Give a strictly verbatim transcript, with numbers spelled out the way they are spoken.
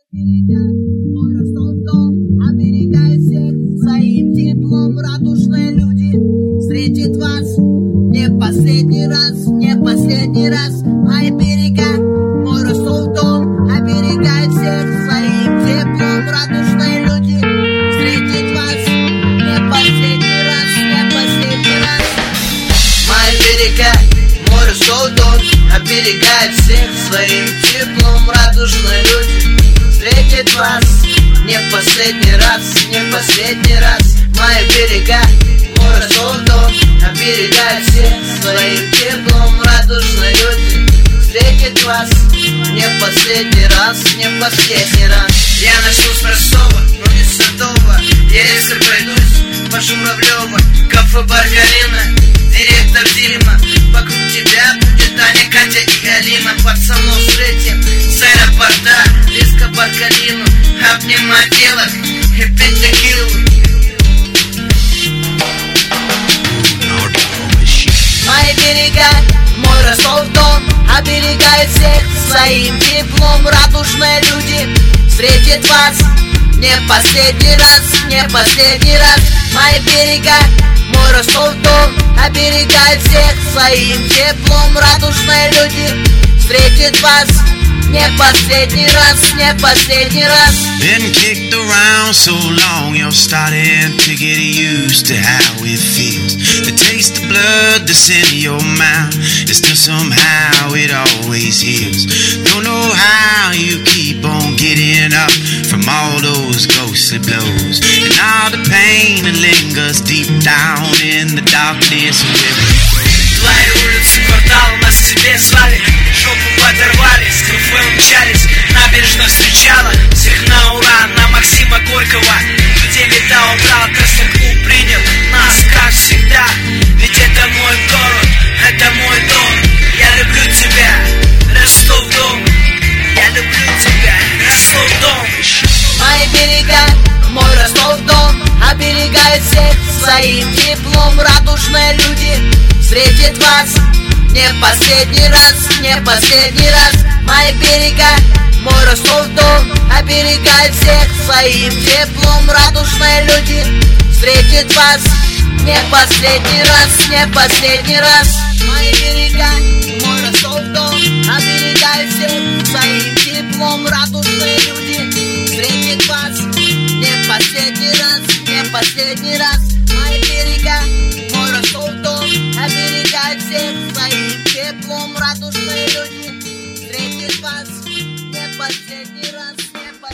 Мой Ростов-Дон оберегает всех своим теплом. Радушные люди встретят вас не последний раз, не последний раз. Мои берега, мой Ростов-Дон оберегает всех своим теплом. Радушные люди встретят вас не последний раз, не последний раз. Мои берега, мой Ростов-Дон оберегает всех своим теплом. Радушные люди встретит вас не в последний раз, не в последний раз. Мои берега, мой Ростов-Дон оберегает всех своим теплом. Радушные люди встретит вас не в последний раз, не в последний раз. Я начну с Ростова, но не с Садова. Я если пройдусь по Журавлёва, кафе Баргалина, директор Дима. Вокруг тебя будет Таня, Катя и Алина. Пацанов встретим с аэропорта, близко Баргалину, обнимать девок и пить текилу. Мои берега, мой Ростов-Дон оберегает всех своим теплом. Радушные люди встретят вас не последний раз, не последний раз. Мои берега, мой Ростов-Дон оберегает всех своим теплом. Радушные люди встретят вас не последний раз, не последний раз. Been kicked around so long, you're starting to get used to how it feels. The taste of blood that's in your mouth is still somehow it always heals. Don't know how you keep on getting up from all those ghostly blows, and all the pain that lingers deep down in the darkness of every. Твои улицы, квартал, нас к тебе звали, жопу подорвали, с кафе умчались. Набережная встречала всех на ура, на Максима Горького. Людей летал, брал, Красный-Клуб принял нас, как всегда. Ведь это мой город, это мой дом. Я люблю тебя, Ростов-Дон. Я люблю тебя, Ростов-Дон. Мои берега, мой Ростов-Дон оберегает всех своим теплом. Радушные люди встретит вас не последний раз, не последний раз. Мои берега, мой Ростов-Дон оберегает всех своим теплом. Радушные люди встретит вас не последний раз, не последний раз. Мои берега, мой Ростов-Дон оберегает всех своим теплом. Радушные люди встретит вас не последний раз, не последний раз. Мои берега, мой Ростов-Дон оберегает всех своим теплом. Радушные люди встретит вас не последний раз, не последний раз.